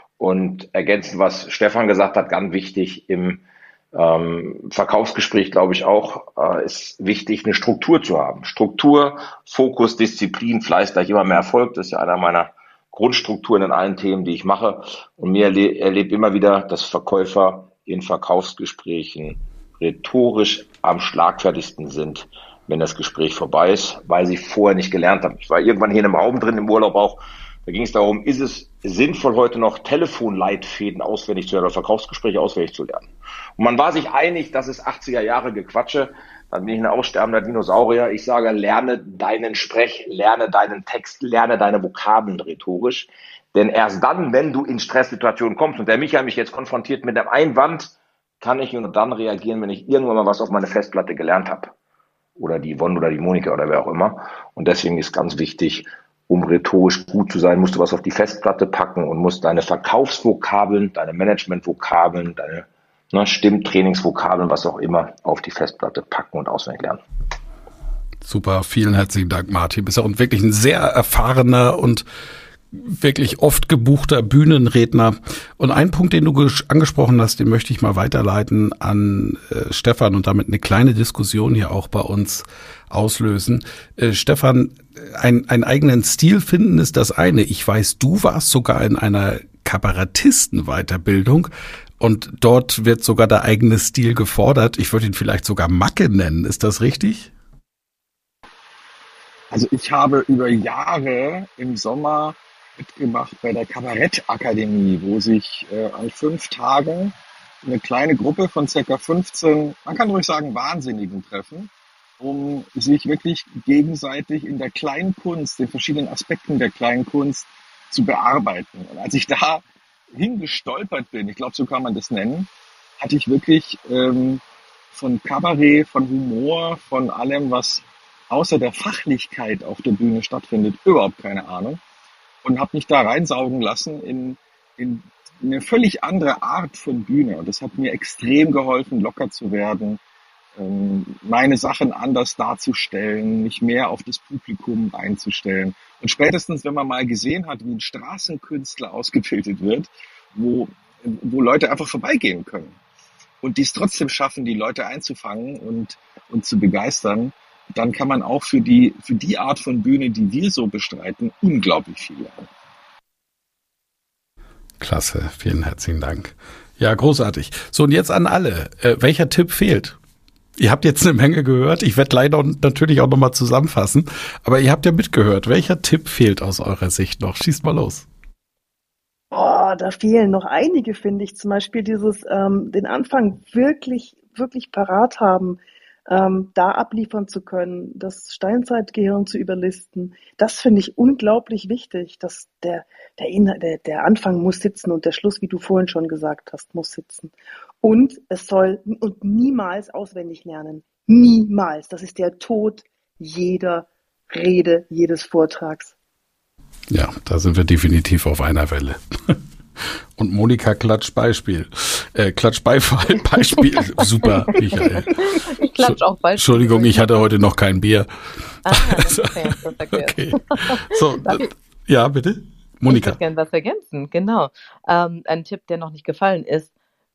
Und ergänzend, was Stefan gesagt hat, ganz wichtig im Ähm, Verkaufsgespräch, glaube ich auch, äh, ist wichtig, eine Struktur zu haben. Struktur, Fokus, Disziplin, Fleiß gleich immer mehr Erfolg. Das ist ja einer meiner Grundstrukturen in allen Themen, die ich mache. Und mir erle- erlebt immer wieder, dass Verkäufer in Verkaufsgesprächen rhetorisch am schlagfertigsten sind, wenn das Gespräch vorbei ist, weil sie vorher nicht gelernt haben. Ich war irgendwann hier in einem Raum drin, im Urlaub auch. Da ging es darum, ist es sinnvoll, heute noch Telefonleitfäden auswendig zu lernen oder Verkaufsgespräche auswendig zu lernen? Und man war sich einig, das ist achtziger Jahre Gequatsche. Dann bin ich ein aussterbender Dinosaurier. Ich sage, lerne deinen Sprech, lerne deinen Text, lerne deine Vokabeln rhetorisch. Denn erst dann, wenn du in Stresssituationen kommst, und der Michael mich jetzt konfrontiert mit einem Einwand, kann ich nur dann reagieren, wenn ich irgendwann mal was auf meine Festplatte gelernt habe. Oder die Yvonne oder die Monika oder wer auch immer. Und deswegen ist ganz wichtig, um rhetorisch gut zu sein, musst du was auf die Festplatte packen und musst deine Verkaufsvokabeln, deine Managementvokabeln, deine ne, Stimmtrainingsvokabeln, was auch immer, auf die Festplatte packen und auswendig lernen. Super, vielen herzlichen Dank, Martin. Du bist ja auch wirklich ein sehr erfahrener und wirklich oft gebuchter Bühnenredner. Und ein Punkt, den du angesprochen hast, den möchte ich mal weiterleiten an äh, Stefan und damit eine kleine Diskussion hier auch bei uns auslösen. Äh, Stefan, ein, einen eigenen Stil finden ist das eine. Ich weiß, du warst sogar in einer Kabarettisten-Weiterbildung und dort wird sogar der eigene Stil gefordert. Ich würde ihn vielleicht sogar Macke nennen. Ist das richtig? Also ich habe über Jahre im Sommer mitgemacht bei der Kabarettakademie, wo sich äh, an fünf Tagen eine kleine Gruppe von circa fünfzehn, man kann ruhig sagen, Wahnsinnigen treffen, um sich wirklich gegenseitig in der kleinen Kunst, den verschiedenen Aspekten der kleinen Kunst zu bearbeiten. Und als ich da hingestolpert bin, ich glaube, so kann man das nennen, hatte ich wirklich ähm, von Kabarett, von Humor, von allem, was außer der Fachlichkeit auf der Bühne stattfindet, überhaupt keine Ahnung. Und habe mich da reinsaugen lassen in, in eine völlig andere Art von Bühne. Und das hat mir extrem geholfen, locker zu werden, ähm, meine Sachen anders darzustellen, mich mehr auf das Publikum einzustellen. Und spätestens, wenn man mal gesehen hat, wie ein Straßenkünstler ausgebildet wird, wo, wo Leute einfach vorbeigehen können und die es trotzdem schaffen, die Leute einzufangen und, und zu begeistern, dann kann man auch für die, für die Art von Bühne, die wir so bestreiten, unglaublich viel lernen. Klasse, vielen herzlichen Dank. Ja, großartig. So, und jetzt an alle. Äh, welcher Tipp fehlt? Ihr habt jetzt eine Menge gehört. Ich werde leider natürlich auch nochmal zusammenfassen. Aber ihr habt ja mitgehört. Welcher Tipp fehlt aus eurer Sicht noch? Schießt mal los. Oh, da fehlen noch einige, finde ich. Zum Beispiel dieses, ähm, den Anfang wirklich, wirklich parat haben. Ähm, da abliefern zu können, das Steinzeitgehirn zu überlisten, das finde ich unglaublich wichtig, dass der, der, Inhalt, der, der Anfang muss sitzen und der Schluss, wie du vorhin schon gesagt hast, muss sitzen. Und es soll und niemals auswendig lernen. Niemals. Das ist der Tod jeder Rede, jedes Vortrags. Ja, da sind wir definitiv auf einer Welle. Und Monika Klatsch Beispiel. Äh, Klatsch Beifall Beispiel. Super, Michael. Ich klatsch auch Beispiel. Entschuldigung, ich hatte heute noch kein Bier. Ah, okay, das erklärt. Okay. So, äh, ja, bitte. Monika. Ich würde gerne was ergänzen, genau. Ähm, ein Tipp, der noch nicht gefallen ist.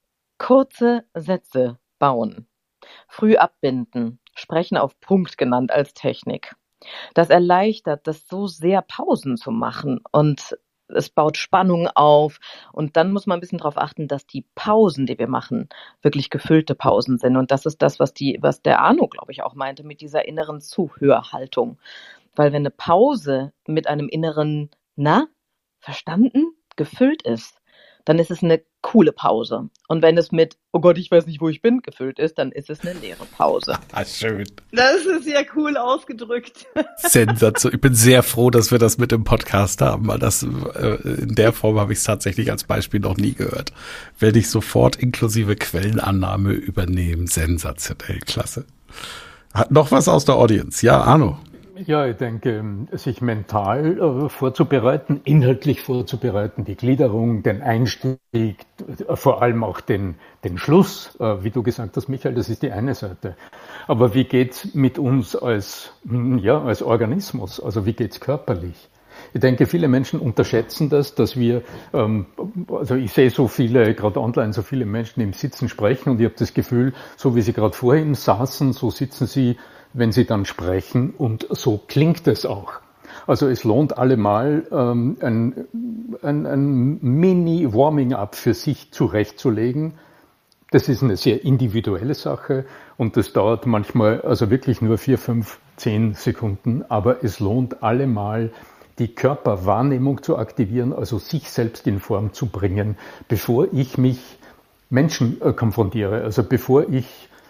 Kurze Sätze bauen. Früh abbinden. Sprechen auf Punkt genannt als Technik. Das erleichtert das so sehr, Pausen zu machen, und es baut Spannung auf, und dann muss man ein bisschen darauf achten, dass die Pausen, die wir machen, wirklich gefüllte Pausen sind, und das ist das, was die, was der Arno, glaube ich, auch meinte mit dieser inneren Zuhörhaltung, weil wenn eine Pause mit einem inneren Na, verstanden, gefüllt ist, dann ist es eine coole Pause. Und wenn es mit, oh Gott, ich weiß nicht, wo ich bin, gefüllt ist, dann ist es eine leere Pause. Ah, schön. Das ist ja cool ausgedrückt. Sensation. Ich bin sehr froh, dass wir das mit dem Podcast haben, weil das äh, in der Form habe ich es tatsächlich als Beispiel noch nie gehört. Werde ich sofort inklusive Quellenannahme übernehmen. Sensationell, klasse. Hat noch was aus der Audience? Ja, Arno. Ja, ich denke, sich mental äh, vorzubereiten, inhaltlich vorzubereiten, die Gliederung, den Einstieg, äh, vor allem auch den, den Schluss, äh, wie du gesagt hast, Michael, das ist die eine Seite. Aber wie geht's mit uns als, ja, als Organismus? Also wie geht's körperlich? Ich denke, viele Menschen unterschätzen das, dass wir, ähm, also ich sehe so viele, gerade online, so viele Menschen im Sitzen sprechen, und ich habe das Gefühl, so wie sie gerade vorhin saßen, so sitzen sie, wenn sie dann sprechen, und so klingt es auch. Also es lohnt allemal, ähm, ein, ein, ein Mini-Warming-up für sich zurechtzulegen. Das ist eine sehr individuelle Sache, und das dauert manchmal also wirklich nur vier, fünf, zehn Sekunden, aber es lohnt allemal, die Körperwahrnehmung zu aktivieren, also sich selbst in Form zu bringen, bevor ich mich Menschen äh, konfrontiere, also bevor ich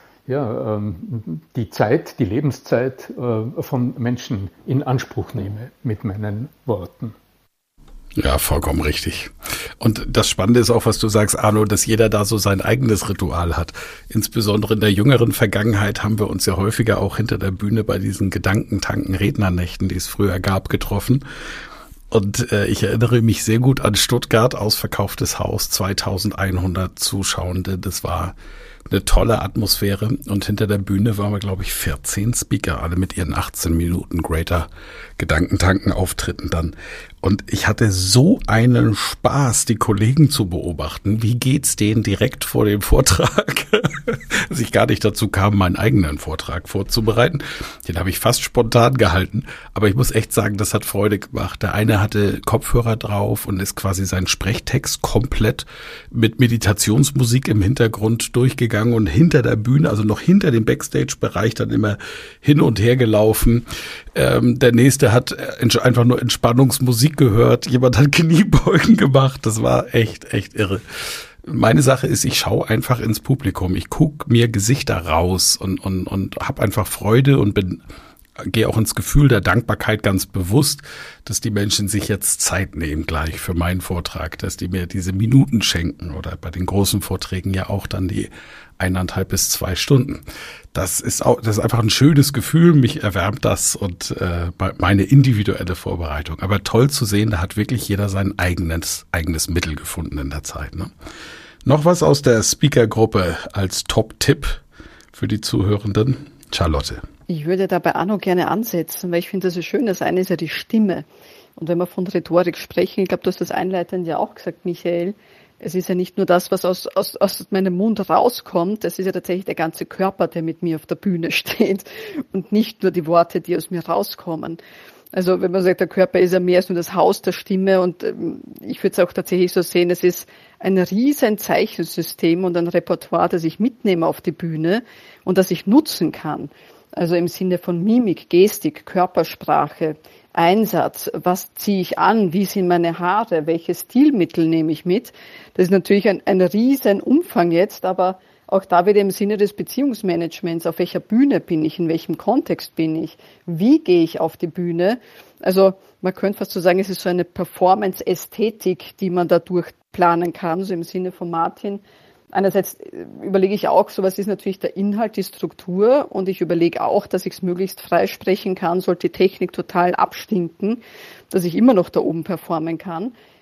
ja, ähm, die Zeit, die Lebenszeit äh, von Menschen in Anspruch nehme mit meinen Worten. Ja, vollkommen richtig. Und das Spannende ist auch, was du sagst, Arno, dass jeder da so sein eigenes Ritual hat. Insbesondere in der jüngeren Vergangenheit haben wir uns ja häufiger auch hinter der Bühne bei diesen Gedankentanken, Rednernächten, die es früher gab, getroffen. Und äh, ich erinnere mich sehr gut an Stuttgart, ausverkauftes Haus, zweitausendeinhundert Zuschauende. Das war eine tolle Atmosphäre, und hinter der Bühne waren wir, glaube ich, vierzehn Speaker, alle mit ihren achtzehn Minuten Greater Gedankentanken Auftritten dann. Und ich hatte so einen Spaß, die Kollegen zu beobachten. Wie geht's denen direkt vor dem Vortrag? Dass ich gar nicht dazu kam, meinen eigenen Vortrag vorzubereiten. Den habe ich fast spontan gehalten. Aber ich muss echt sagen, das hat Freude gemacht. Der eine hatte Kopfhörer drauf und ist quasi sein Sprechtext komplett mit Meditationsmusik im Hintergrund durchgegangen und hinter der Bühne, also noch hinter dem Backstage-Bereich, dann immer hin und her gelaufen. Ähm, der nächste hat einfach nur Entspannungsmusik gehört. Jemand hat Kniebeugen gemacht. Das war echt, echt irre. Meine Sache ist, ich schaue einfach ins Publikum. Ich gucke mir Gesichter raus und, und, und habe einfach Freude und bin, gehe auch ins Gefühl der Dankbarkeit ganz bewusst, dass die Menschen sich jetzt Zeit nehmen gleich für meinen Vortrag, dass die mir diese Minuten schenken, oder bei den großen Vorträgen ja auch dann die eineinhalb bis zwei Stunden. Das ist auch, das ist einfach ein schönes Gefühl, mich erwärmt das, und äh, meine individuelle Vorbereitung. Aber toll zu sehen, da hat wirklich jeder sein eigenes, eigenes Mittel gefunden in der Zeit. Ne? Noch was aus der Speaker-Gruppe als Top-Tipp für die Zuhörenden? Charlotte. Ich würde da bei Arno gerne ansetzen, weil ich finde, das ist schön. Das eine ist ja die Stimme. Und wenn wir von Rhetorik sprechen, ich glaube, du hast das einleitend ja auch gesagt, Michael, es ist ja nicht nur das, was aus, aus, aus meinem Mund rauskommt, es ist ja tatsächlich der ganze Körper, der mit mir auf der Bühne steht, und nicht nur die Worte, die aus mir rauskommen. Also wenn man sagt, der Körper ist ja mehr als nur das Haus der Stimme, und ähm, ich würde es auch tatsächlich so sehen, es ist ein riesen Zeichensystem und ein Repertoire, das ich mitnehme auf die Bühne und das ich nutzen kann. Also im Sinne von Mimik, Gestik, Körpersprache, Einsatz, was ziehe ich an, wie sind meine Haare, welche Stilmittel nehme ich mit. Das ist natürlich ein, ein riesen Umfang jetzt, aber auch da wieder im Sinne des Beziehungsmanagements, auf welcher Bühne bin ich, in welchem Kontext bin ich, wie gehe ich auf die Bühne. Also man könnte fast so sagen, es ist so eine Performance-Ästhetik, die man dadurch planen kann, so im Sinne von Martin. Einerseits überlege ich auch, sowas ist natürlich der Inhalt, die Struktur, und ich überlege auch, dass ich es möglichst frei sprechen kann, sollte die Technik total abstinken, dass ich immer noch da oben performen kann.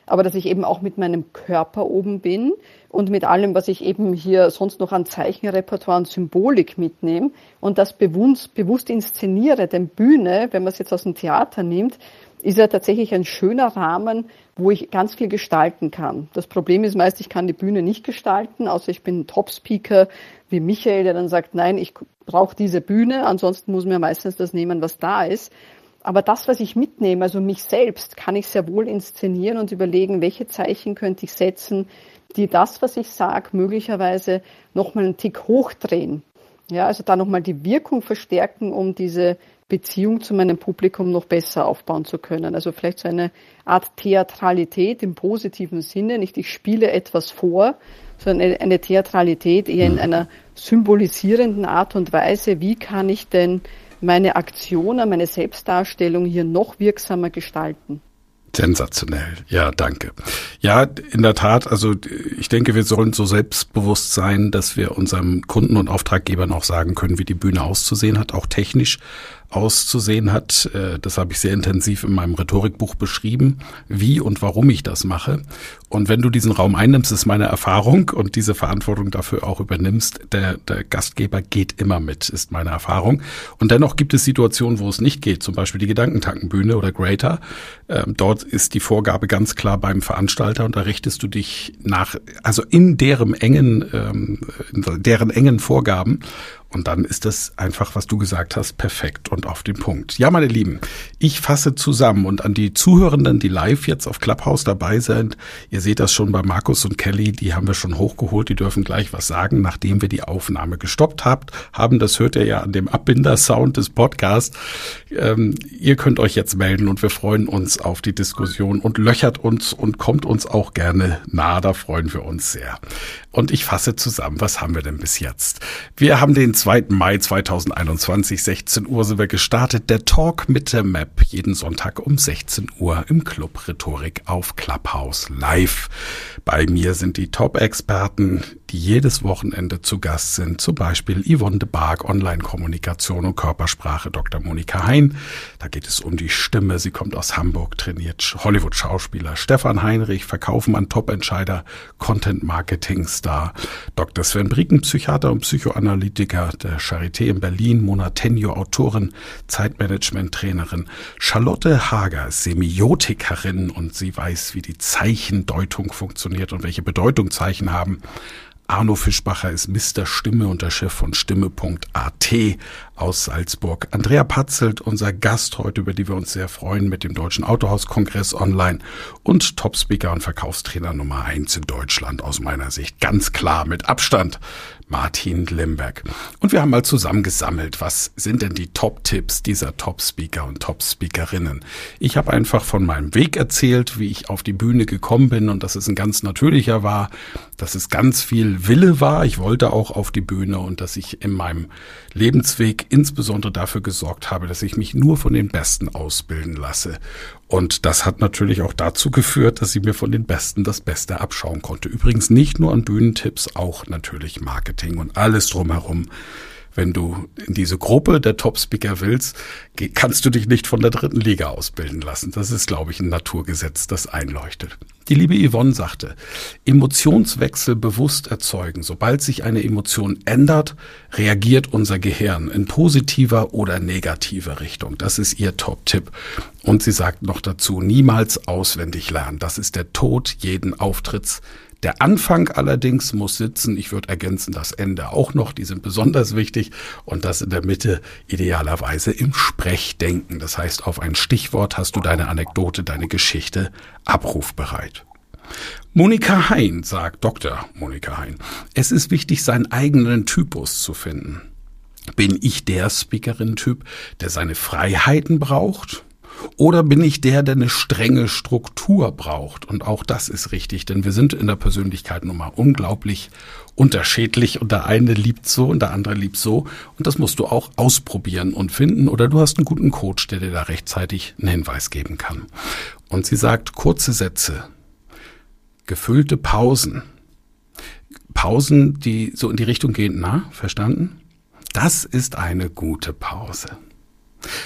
aber dass ich eben auch mit meinem Körper oben bin und mit allem, was ich eben hier sonst noch an Zeichenrepertoire und Symbolik mitnehme und das bewusst, bewusst inszeniere. Denn Bühne, wenn man es jetzt aus dem Theater nimmt, ist ja tatsächlich ein schöner Rahmen, wo ich ganz viel gestalten kann. Das Problem ist meist, ich kann die Bühne nicht gestalten, außer ich bin ein Top-Speaker wie Michael, der dann sagt, nein, ich brauche diese Bühne, ansonsten muss mir meistens das nehmen, was da ist. Aber das, was ich mitnehme, also mich selbst, kann ich sehr wohl inszenieren und überlegen, welche Zeichen könnte ich setzen, die das, was ich sage, möglicherweise nochmal einen Tick hochdrehen. Ja, also da nochmal die Wirkung verstärken, um diese Beziehung zu meinem Publikum noch besser aufbauen zu können. Also vielleicht so eine Art Theatralität im positiven Sinne, nicht ich spiele etwas vor, sondern eine, eine Theatralität eher in einer symbolisierenden Art und Weise. Wie kann ich denn meine Aktionen, meine Selbstdarstellung hier noch wirksamer gestalten? Sensationell. Ja, danke. Ja, in der Tat, also ich denke, wir sollen so selbstbewusst sein, dass wir unserem Kunden und Auftraggebern auch sagen können, wie die Bühne auszusehen hat, auch technisch auszusehen hat. Das habe ich sehr intensiv in meinem Rhetorikbuch beschrieben, wie und warum ich das mache. Und wenn du diesen Raum einnimmst, ist meine Erfahrung und diese Verantwortung dafür auch übernimmst, der, der Gastgeber geht immer mit, ist meine Erfahrung. Und dennoch gibt es Situationen, wo es nicht geht, zum Beispiel die Gedankentankenbühne oder Greater. Ähm, dort ist die Vorgabe ganz klar beim Veranstalter und da richtest du dich nach, also in deren engen, ähm, in deren engen Vorgaben. Und dann ist das einfach, was du gesagt hast, perfekt und auf den Punkt. Ja, meine Lieben, ich fasse zusammen und an die Zuhörenden, die live jetzt auf Clubhouse dabei sind, ihr seht das schon bei Markus und Kelly, die haben wir schon hochgeholt, die dürfen gleich was sagen, nachdem wir die Aufnahme gestoppt habt, haben. Das hört ihr ja an dem Abbinder-Sound des Podcasts. Ähm, ihr könnt euch jetzt melden und wir freuen uns auf die Diskussion und löchert uns und kommt uns auch gerne nah, da freuen wir uns sehr. Und ich fasse zusammen, was haben wir denn bis jetzt? Wir haben den zweiten Mai zweitausendeinundzwanzig, sechzehn Uhr sind wir gestartet. Der Talk mit der Map, jeden Sonntag um sechzehn Uhr im Club Rhetorik auf Clubhouse live. Bei mir sind die Top-Experten, die jedes Wochenende zu Gast sind. Zum Beispiel Yvonne de Barg, Online-Kommunikation und Körpersprache, Doktor Monika Hein. Da geht es um die Stimme. Sie kommt aus Hamburg, trainiert Hollywood-Schauspieler. Stefan Heinrich, Verkaufen Top-Entscheider, Content-Marketing-Star. Doktor Sven Brieken, Psychiater und Psychoanalytiker der Charité in Berlin. Mona Tenjo, Autorin, Zeitmanagement-Trainerin. Charlotte Hager, Semiotikerin und sie weiß, wie die Zeichendeutung funktioniert und welche Bedeutung Zeichen haben. Arno Fischbacher ist Mister Stimme und der Chef von Stimme Punkt A T aus Salzburg. Andrea Patzelt, unser Gast heute, über die wir uns sehr freuen, mit dem Deutschen Autohaus-Kongress online und Top-Speaker und Verkaufstrainer Nummer eins in Deutschland aus meiner Sicht. Ganz klar mit Abstand Martin Limberg. Und wir haben mal zusammengesammelt, was sind denn die Top-Tipps dieser Top-Speaker und Top-Speakerinnen. Ich habe einfach von meinem Weg erzählt, wie ich auf die Bühne gekommen bin und dass es ein ganz natürlicher war, dass es ganz viel Wille war. Ich wollte auch auf die Bühne und dass ich in meinem Lebensweg insbesondere dafür gesorgt habe, dass ich mich nur von den Besten ausbilden lasse. Und das hat natürlich auch dazu geführt, dass ich mir von den Besten das Beste abschauen konnte. Übrigens nicht nur an Bühnentipps, auch natürlich Marketing und alles drumherum. Wenn du in diese Gruppe der Top-Speaker willst, kannst du dich nicht von der dritten Liga ausbilden lassen. Das ist, glaube ich, ein Naturgesetz, das einleuchtet. Die liebe Yvonne sagte, Emotionswechsel bewusst erzeugen. Sobald sich eine Emotion ändert, reagiert unser Gehirn in positiver oder negativer Richtung. Das ist ihr Top-Tipp. Und sie sagt noch dazu, niemals auswendig lernen. Das ist der Tod jeden Auftritts. Der Anfang allerdings muss sitzen. Ich würde ergänzen, das Ende auch noch. Die sind besonders wichtig. Und das in der Mitte idealerweise im Sprechdenken. Das heißt, auf ein Stichwort hast du deine Anekdote, deine Geschichte abrufbereit. Monika Hein sagt, Doktor Monika Hein, es ist wichtig, seinen eigenen Typus zu finden. Bin ich der Speakerin-Typ, der seine Freiheiten braucht? Oder bin ich der, der eine strenge Struktur braucht? Und auch das ist richtig, denn wir sind in der Persönlichkeit nun mal unglaublich unterschiedlich und der eine liebt so und der andere liebt so. Und das musst du auch ausprobieren und finden. Oder du hast einen guten Coach, der dir da rechtzeitig einen Hinweis geben kann. Und sie sagt, kurze Sätze, gefüllte Pausen. Pausen, die so in die Richtung gehen, na, verstanden? Das ist eine gute Pause.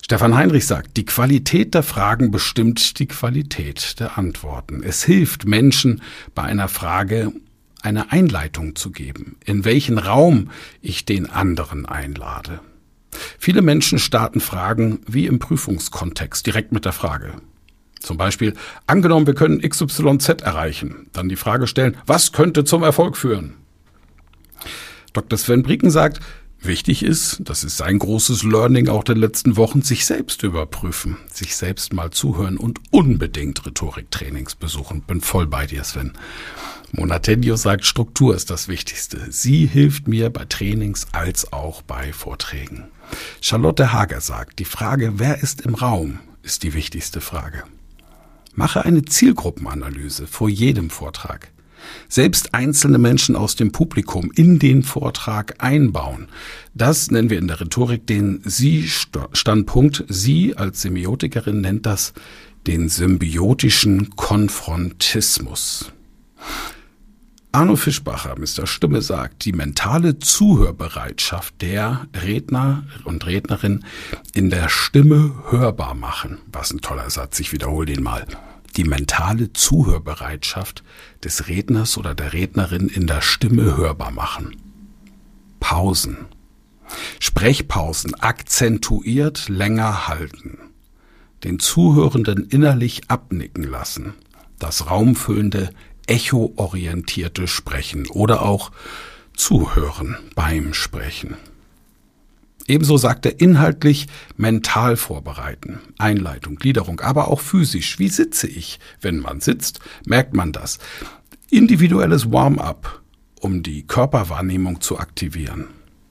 Stefan Heinrich sagt, die Qualität der Fragen bestimmt die Qualität der Antworten. Es hilft Menschen, bei einer Frage eine Einleitung zu geben, in welchen Raum ich den anderen einlade. Viele Menschen starten Fragen wie im Prüfungskontext, direkt mit der Frage. Zum Beispiel, angenommen, wir können X Y Z erreichen. Dann die Frage stellen, was könnte zum Erfolg führen? Doktor Sven Brieken sagt, wichtig ist, das ist sein großes Learning auch der letzten Wochen, sich selbst überprüfen, sich selbst mal zuhören und unbedingt Rhetoriktrainings besuchen. Bin voll bei dir, Sven. Mona Tenjo sagt, Struktur ist das Wichtigste. Sie hilft mir bei Trainings als auch bei Vorträgen. Charlotte Hager sagt, die Frage, wer ist im Raum, ist die wichtigste Frage. Mache eine Zielgruppenanalyse vor jedem Vortrag. Selbst einzelne Menschen aus dem Publikum in den Vortrag einbauen. Das nennen wir in der Rhetorik den Sie-Standpunkt. Sie als Semiotikerin nennt das den symbiotischen Konfrontismus. Arno Fischbacher, Mister Stimme, sagt, die mentale Zuhörbereitschaft der Redner und Rednerin in der Stimme hörbar machen. Was ein toller Satz, ich wiederhole den mal. Die mentale Zuhörbereitschaft des Redners oder der Rednerin in der Stimme hörbar machen. Pausen. Sprechpausen akzentuiert länger halten. Den Zuhörenden innerlich abnicken lassen. Das raumfüllende, echoorientierte Sprechen oder auch Zuhören beim Sprechen. Ebenso sagt er inhaltlich mental vorbereiten, Einleitung, Gliederung, aber auch physisch. Wie sitze ich? Wenn man sitzt, merkt man das. Individuelles Warm-up, um die Körperwahrnehmung zu aktivieren.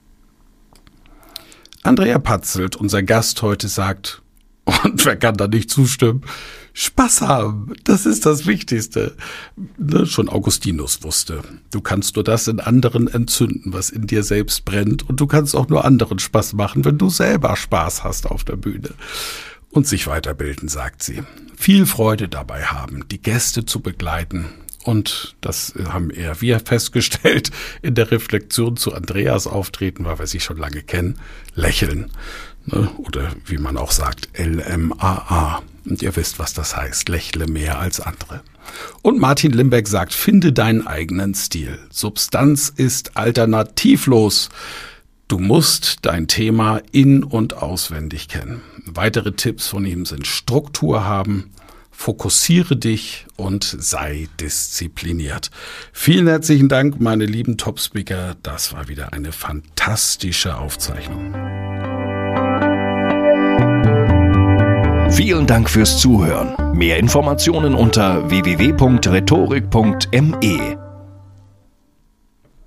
Andrea Patzelt, unser Gast heute, sagt, und wer kann da nicht zustimmen? Spaß haben, das ist das Wichtigste. Ne, schon Augustinus wusste, du kannst nur das in anderen entzünden, was in dir selbst brennt. Und du kannst auch nur anderen Spaß machen, wenn du selber Spaß hast auf der Bühne. Und sich weiterbilden, sagt sie. Viel Freude dabei haben, die Gäste zu begleiten. Und das haben eher wir festgestellt in der Reflexion zu Andreas Auftreten, weil wir sie schon lange kennen, lächeln. Oder wie man auch sagt, L M A A. Und ihr wisst, was das heißt. Lächle mehr als andere. Und Martin Limbeck sagt, finde deinen eigenen Stil. Substanz ist alternativlos. Du musst dein Thema in- und auswendig kennen. Weitere Tipps von ihm sind Struktur haben, fokussiere dich und sei diszipliniert. Vielen herzlichen Dank, meine lieben Top-Speaker. Das war wieder eine fantastische Aufzeichnung. Vielen Dank fürs Zuhören. Mehr Informationen unter w w w punkt rhetorik punkt m e.